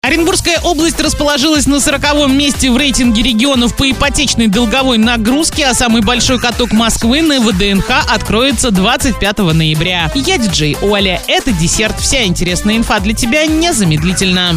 Оренбургская область расположилась на 40-м месте в рейтинге регионов по ипотечной долговой нагрузке, а самый большой каток Москвы на ВДНХ откроется 25 ноября. Я диджей Оля. Это десерт. Вся интересная инфа для тебя незамедлительно.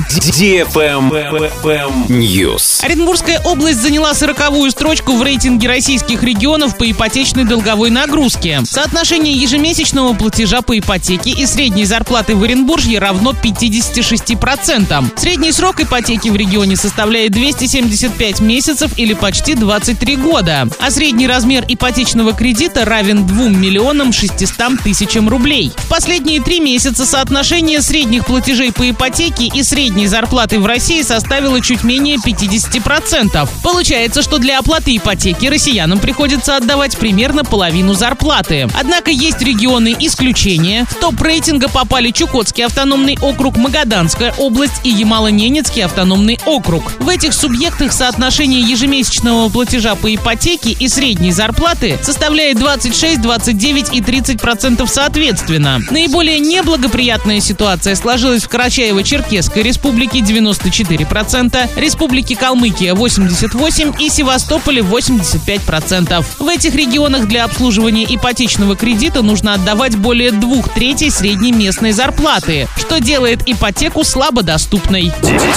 News. Оренбургская область заняла 40-ю строчку в рейтинге российских регионов по ипотечной долговой нагрузке. Соотношение ежемесячного платежа по ипотеке и средней зарплаты в Оренбуржье равно 56%. Средний срок ипотеки в регионе составляет 275 месяцев или почти 23 года, а средний размер ипотечного кредита равен 2 миллионам 600 тысячам рублей. В последние 3 месяца соотношение средних платежей по ипотеке и средней зарплаты в России составило чуть менее 50%. Получается, что для оплаты ипотеки россиянам приходится отдавать примерно половину зарплаты. Однако есть регионы исключения. В топ рейтинга попали Чукотский автономный округ, Магаданская область и Ямало-Ненецкий автономный округ. В этих субъектах соотношение ежемесячного платежа по ипотеке и средней зарплаты составляет 26, 29 и 30% соответственно. Наиболее неблагоприятная ситуация сложилась в Карачаево-Черкесской республике 94%, Республике Калмыкия 88% и Севастополе 85%. В этих регионах для обслуживания ипотечного кредита нужно отдавать более 2/3 средней местной зарплаты, что делает ипотеку слабодоступной.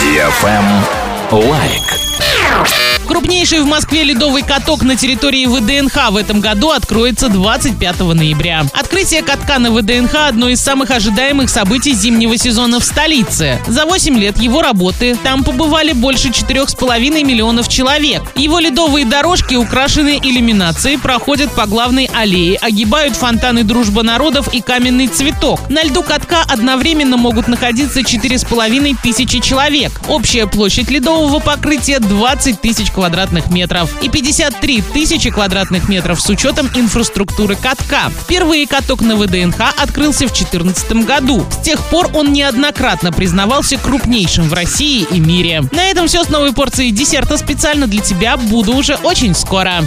Лайк. Крупнейший в Москве ледовый каток на территории ВДНХ в этом году откроется 25 ноября. Открытие катка на ВДНХ – одно из самых ожидаемых событий зимнего сезона в столице. За 8 лет его работы там побывали больше 4,5 миллионов человек. Его ледовые дорожки украшены иллюминацией, проходят по главной аллее, огибают фонтаны «Дружба народов» и «Каменный цветок». На льду катка одновременно могут находиться 4,5 тысячи человек. Общая площадь ледового покрытия – 20 тысяч квадратных метров и 53 тысячи квадратных метров с учетом инфраструктуры катка. Впервые каток на ВДНХ открылся в 2014 году. С тех пор он неоднократно признавался крупнейшим в России и мире. На этом все с новой порцией десерта специально для тебя. Буду уже очень скоро.